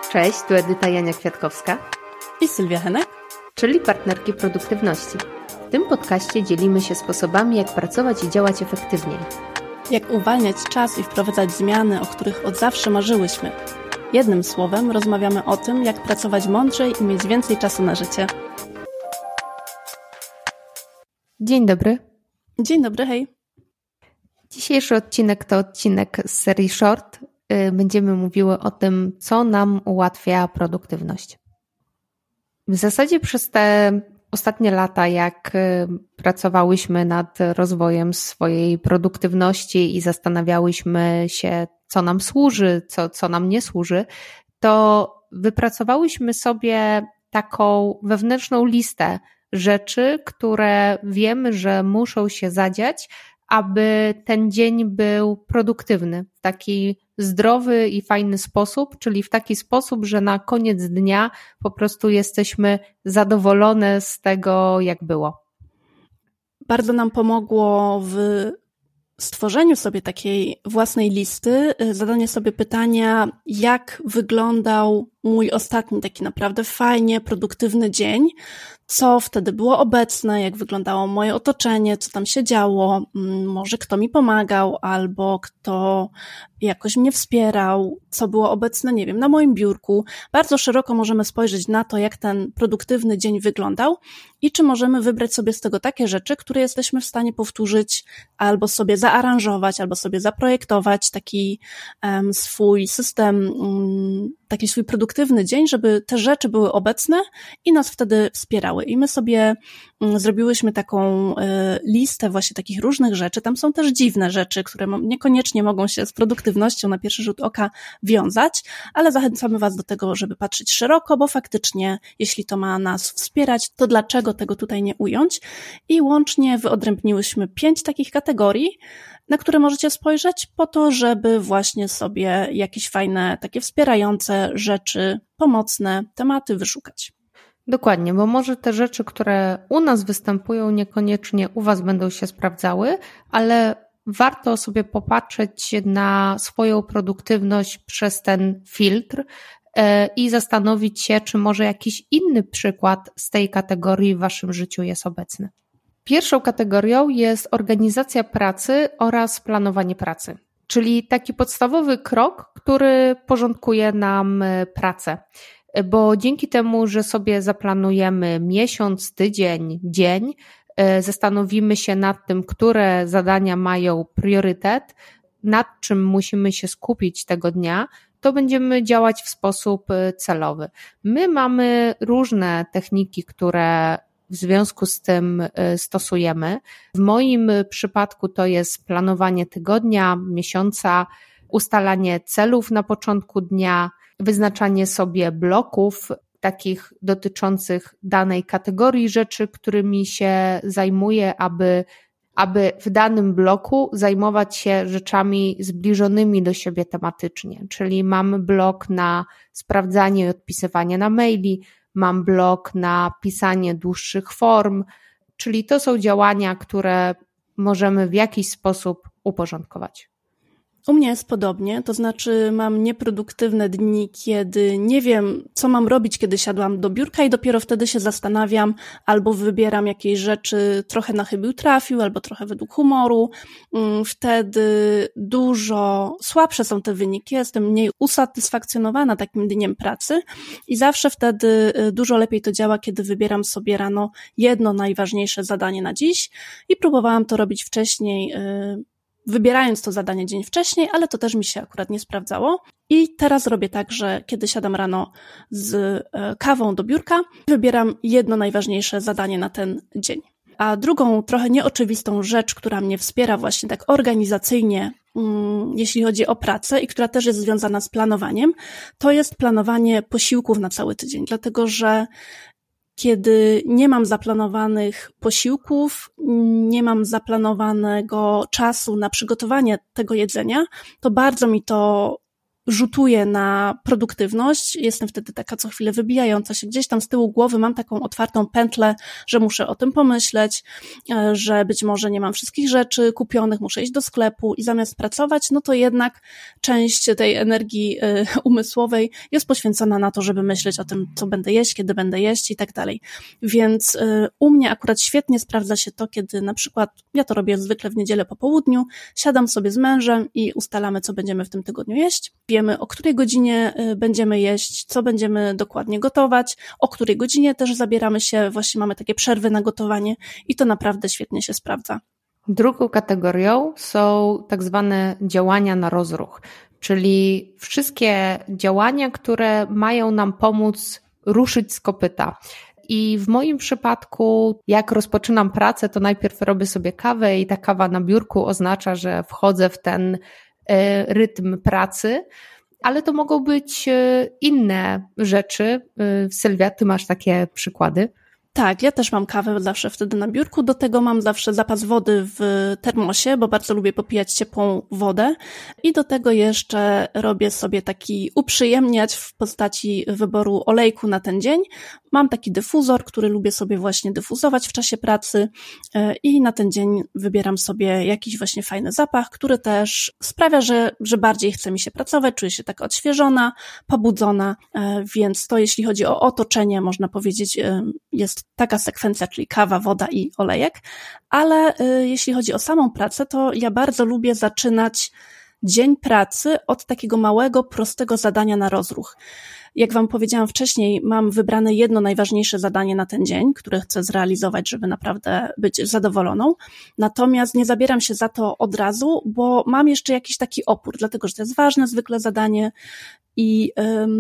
Cześć, tu Edyta Jania Kwiatkowska i Sylwia Henek, czyli partnerki produktywności. W tym podcaście dzielimy się sposobami, jak pracować i działać efektywniej. Jak uwalniać czas i wprowadzać zmiany, o których od zawsze marzyłyśmy. Jednym słowem rozmawiamy o tym, jak pracować mądrzej i mieć więcej czasu na życie. Dzień dobry. Dzień dobry, hej. Dzisiejszy odcinek to odcinek z serii Short. Będziemy mówiły o tym, co nam ułatwia produktywność. W zasadzie przez te ostatnie lata, jak pracowałyśmy nad rozwojem swojej produktywności i zastanawiałyśmy się, co nam służy, co nam nie służy, to wypracowałyśmy sobie taką wewnętrzną listę rzeczy, które wiemy, że muszą się zadziać, aby ten dzień był produktywny w taki zdrowy i fajny sposób, czyli w taki sposób, że na koniec dnia po prostu jesteśmy zadowolone z tego, jak było. Bardzo nam pomogło w stworzeniu sobie takiej własnej listy, zadanie sobie pytania, jak wyglądał mój ostatni taki naprawdę fajnie produktywny dzień, co wtedy było obecne, jak wyglądało moje otoczenie, co tam się działo, może kto mi pomagał, albo kto jakoś mnie wspierał, co było obecne, nie wiem, na moim biurku. Bardzo szeroko możemy spojrzeć na to, jak ten produktywny dzień wyglądał i czy możemy wybrać sobie z tego takie rzeczy, które jesteśmy w stanie powtórzyć, albo sobie zaaranżować, albo sobie zaprojektować taki swój system, taki swój produktywny dzień, żeby te rzeczy były obecne i nas wtedy wspierały. I my sobie zrobiłyśmy taką listę właśnie takich różnych rzeczy. Tam są też dziwne rzeczy, które niekoniecznie mogą się z produktywnością na pierwszy rzut oka wiązać, ale zachęcamy Was do tego, żeby patrzeć szeroko, bo faktycznie, jeśli to ma nas wspierać, to dlaczego tego tutaj nie ująć? I łącznie wyodrębniłyśmy 5 takich kategorii, na które możecie spojrzeć po to, żeby właśnie sobie jakieś fajne, takie wspierające rzeczy, pomocne tematy wyszukać. Dokładnie, bo może te rzeczy, które u nas występują, niekoniecznie u Was będą się sprawdzały, ale warto sobie popatrzeć na swoją produktywność przez ten filtr i zastanowić się, czy może jakiś inny przykład z tej kategorii w Waszym życiu jest obecny. Pierwszą kategorią jest organizacja pracy oraz planowanie pracy, czyli taki podstawowy krok, który porządkuje nam pracę. Bo dzięki temu, że sobie zaplanujemy miesiąc, tydzień, dzień, zastanowimy się nad tym, które zadania mają priorytet, nad czym musimy się skupić tego dnia, to będziemy działać w sposób celowy. My mamy różne techniki, które w związku z tym stosujemy. W moim przypadku to jest planowanie tygodnia, miesiąca, ustalanie celów na początku dnia, wyznaczanie sobie bloków takich dotyczących danej kategorii rzeczy, którymi się zajmuję, aby w danym bloku zajmować się rzeczami zbliżonymi do siebie tematycznie. Czyli mam blok na sprawdzanie i odpisywanie na maili, mam blok na pisanie dłuższych form, czyli to są działania, które możemy w jakiś sposób uporządkować. U mnie jest podobnie, to znaczy mam nieproduktywne dni, kiedy nie wiem, co mam robić, kiedy siadłam do biurka i dopiero wtedy się zastanawiam albo wybieram jakieś rzeczy trochę na chybił trafił, albo trochę według humoru. Wtedy dużo słabsze są te wyniki, jestem mniej usatysfakcjonowana takim dniem pracy i zawsze wtedy dużo lepiej to działa, kiedy wybieram sobie rano jedno najważniejsze zadanie na dziś i próbowałam to robić wcześniej, wybierając to zadanie dzień wcześniej, ale to też mi się akurat nie sprawdzało. I teraz robię tak, że kiedy siadam rano z kawą do biurka, wybieram jedno najważniejsze zadanie na ten dzień. A drugą, trochę nieoczywistą rzecz, która mnie wspiera właśnie tak organizacyjnie, jeśli chodzi o pracę i która też jest związana z planowaniem, to jest planowanie posiłków na cały tydzień, dlatego że kiedy nie mam zaplanowanych posiłków, nie mam zaplanowanego czasu na przygotowanie tego jedzenia, to bardzo mi to rzutuje na produktywność. Jestem wtedy taka co chwilę wybijająca się. Gdzieś tam z tyłu głowy mam taką otwartą pętlę, że muszę o tym pomyśleć, że być może nie mam wszystkich rzeczy kupionych, muszę iść do sklepu i zamiast pracować, no to jednak część tej energii umysłowej jest poświęcona na to, żeby myśleć o tym, co będę jeść, kiedy będę jeść i tak dalej. Więc u mnie akurat świetnie sprawdza się to, kiedy na przykład, ja to robię zwykle w niedzielę po południu, siadam sobie z mężem i ustalamy, co będziemy w tym tygodniu jeść. Wiemy, o której godzinie będziemy jeść, co będziemy dokładnie gotować, o której godzinie też zabieramy się, właśnie mamy takie przerwy na gotowanie i to naprawdę świetnie się sprawdza. Drugą kategorią są tak zwane działania na rozruch, czyli wszystkie działania, które mają nam pomóc ruszyć z kopyta. I w moim przypadku, jak rozpoczynam pracę, to najpierw robię sobie kawę i ta kawa na biurku oznacza, że wchodzę w ten rytm pracy, ale to mogą być inne rzeczy. Sylwia, ty masz takie przykłady? Tak, ja też mam kawę zawsze wtedy na biurku, do tego mam zawsze zapas wody w termosie, bo bardzo lubię popijać ciepłą wodę i do tego jeszcze robię sobie taki uprzyjemniać w postaci wyboru olejku na ten dzień. Mam taki dyfuzor, który lubię sobie właśnie dyfuzować w czasie pracy i na ten dzień wybieram sobie jakiś właśnie fajny zapach, który też sprawia, że bardziej chce mi się pracować, czuję się tak odświeżona, pobudzona, więc to jeśli chodzi o otoczenie, można powiedzieć, jest taka sekwencja, czyli kawa, woda i olejek, ale jeśli chodzi o samą pracę, to ja bardzo lubię zaczynać dzień pracy od takiego małego, prostego zadania na rozruch. Jak wam powiedziałam wcześniej, mam wybrane jedno najważniejsze zadanie na ten dzień, które chcę zrealizować, żeby naprawdę być zadowoloną. Natomiast nie zabieram się za to od razu, bo mam jeszcze jakiś taki opór, dlatego że to jest ważne zwykle zadanie i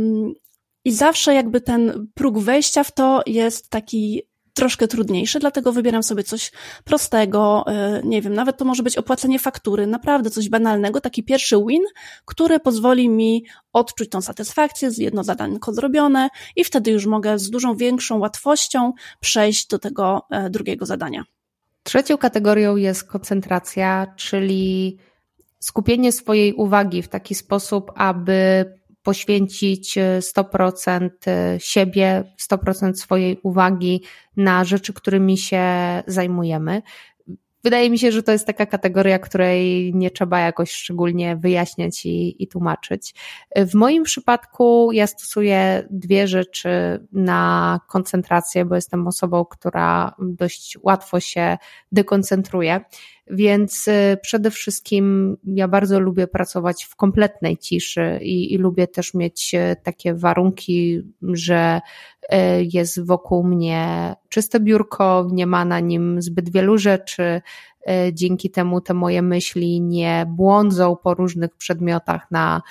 zawsze jakby ten próg wejścia w to jest taki troszkę trudniejszy, dlatego wybieram sobie coś prostego, nie wiem, nawet to może być opłacenie faktury, naprawdę coś banalnego, taki pierwszy win, który pozwoli mi odczuć tą satysfakcję, jedno zadanko zrobione i wtedy już mogę z dużą większą łatwością przejść do tego drugiego zadania. Trzecią kategorią jest koncentracja, czyli skupienie swojej uwagi w taki sposób, aby poświęcić 100% siebie, 100% swojej uwagi na rzeczy, którymi się zajmujemy. Wydaje mi się, że to jest taka kategoria, której nie trzeba jakoś szczególnie wyjaśniać i tłumaczyć. W moim przypadku ja stosuję dwie rzeczy na koncentrację, bo jestem osobą, która dość łatwo się dekoncentruje. Więc przede wszystkim ja bardzo lubię pracować w kompletnej ciszy i lubię też mieć takie warunki, że jest wokół mnie czyste biurko, nie ma na nim zbyt wielu rzeczy, dzięki temu te moje myśli nie błądzą po różnych przedmiotach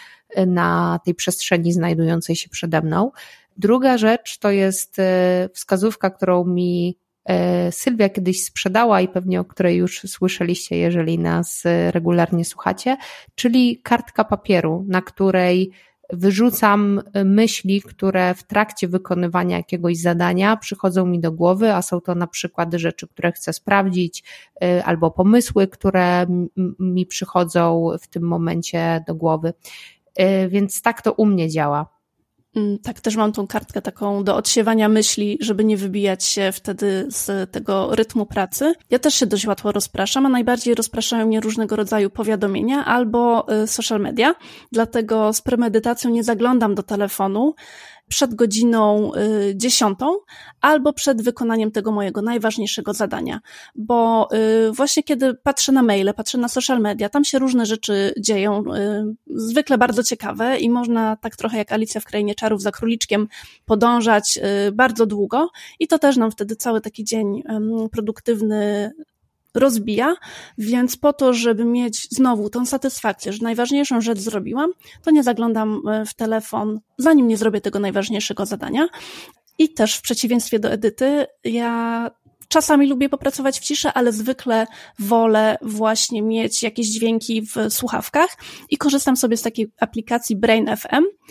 na tej przestrzeni znajdującej się przede mną. Druga rzecz to jest wskazówka, którą mi Sylwia kiedyś sprzedała i pewnie o której już słyszeliście, jeżeli nas regularnie słuchacie, czyli kartka papieru, na której wyrzucam myśli, które w trakcie wykonywania jakiegoś zadania przychodzą mi do głowy, a są to na przykład rzeczy, które chcę sprawdzić, albo pomysły, które mi przychodzą w tym momencie do głowy. Więc tak to u mnie działa. Tak, też mam tą kartkę taką do odsiewania myśli, żeby nie wybijać się wtedy z tego rytmu pracy. Ja też się dość łatwo rozpraszam, a najbardziej rozpraszają mnie różnego rodzaju powiadomienia albo social media, dlatego z premedytacją nie zaglądam do telefonu przed godziną 10 albo przed wykonaniem tego mojego najważniejszego zadania, bo właśnie kiedy patrzę na maile, patrzę na social media, tam się różne rzeczy dzieją, zwykle bardzo ciekawe i można tak trochę jak Alicja w Krainie Czarów za króliczkiem podążać bardzo długo i to też nam wtedy cały taki dzień produktywny rozbija, więc po to, żeby mieć znowu tą satysfakcję, że najważniejszą rzecz zrobiłam, to nie zaglądam w telefon, zanim nie zrobię tego najważniejszego zadania. I też w przeciwieństwie do Edyty, ja czasami lubię popracować w ciszy, ale zwykle wolę właśnie mieć jakieś dźwięki w słuchawkach i korzystam sobie z takiej aplikacji Brain FM,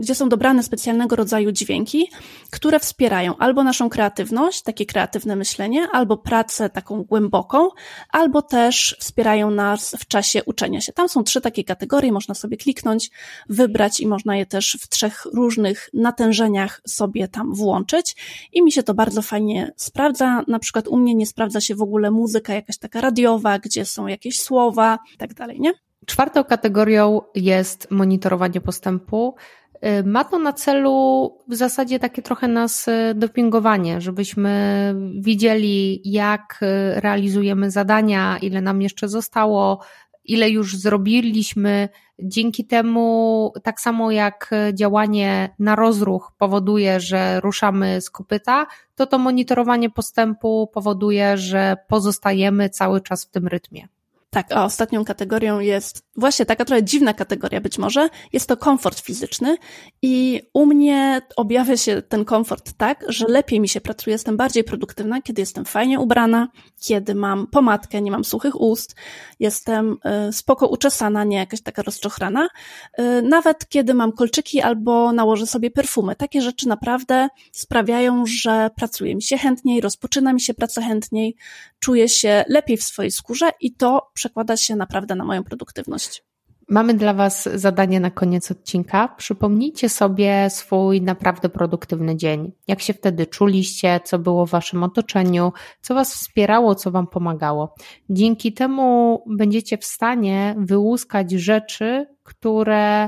gdzie są dobrane specjalnego rodzaju dźwięki, które wspierają albo naszą kreatywność, takie kreatywne myślenie, albo pracę taką głęboką, albo też wspierają nas w czasie uczenia się. Tam są 3 takie kategorie, można sobie kliknąć, wybrać i można je też w 3 różnych natężeniach sobie tam włączyć i mi się to bardzo fajnie sprawdza. Na przykład u mnie nie sprawdza się w ogóle muzyka jakaś taka radiowa, gdzie są jakieś słowa i tak dalej, nie? 4. kategorią jest monitorowanie postępu. Ma to na celu w zasadzie takie trochę nas dopingowanie, żebyśmy widzieli, jak realizujemy zadania, ile nam jeszcze zostało, ile już zrobiliśmy. Dzięki temu, tak samo jak działanie na rozruch powoduje, że ruszamy z kopyta, to monitorowanie postępu powoduje, że pozostajemy cały czas w tym rytmie. Tak, a ostatnią kategorią jest właśnie taka trochę dziwna kategoria być może, jest to komfort fizyczny i u mnie objawia się ten komfort tak, że lepiej mi się pracuje, jestem bardziej produktywna, kiedy jestem fajnie ubrana, kiedy mam pomadkę, nie mam suchych ust, jestem spoko uczesana, nie jakaś taka rozczochrana, nawet kiedy mam kolczyki albo nałożę sobie perfumy. Takie rzeczy naprawdę sprawiają, że pracuje mi się chętniej, rozpoczyna mi się praca chętniej, czuję się lepiej w swojej skórze i to przekłada się naprawdę na moją produktywność. Mamy dla Was zadanie na koniec odcinka. Przypomnijcie sobie swój naprawdę produktywny dzień. Jak się wtedy czuliście, co było w Waszym otoczeniu, co Was wspierało, co Wam pomagało. Dzięki temu będziecie w stanie wyłuskać rzeczy, które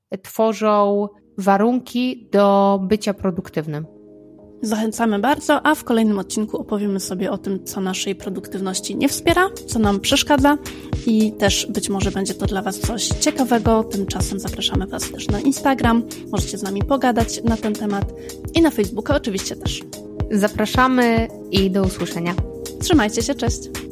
tworzą warunki do bycia produktywnym. Zachęcamy bardzo, a w kolejnym odcinku opowiemy sobie o tym, co naszej produktywności nie wspiera, co nam przeszkadza i też być może będzie to dla Was coś ciekawego. Tymczasem zapraszamy Was też na Instagram, możecie z nami pogadać na ten temat i na Facebooka oczywiście też. Zapraszamy i do usłyszenia. Trzymajcie się, cześć!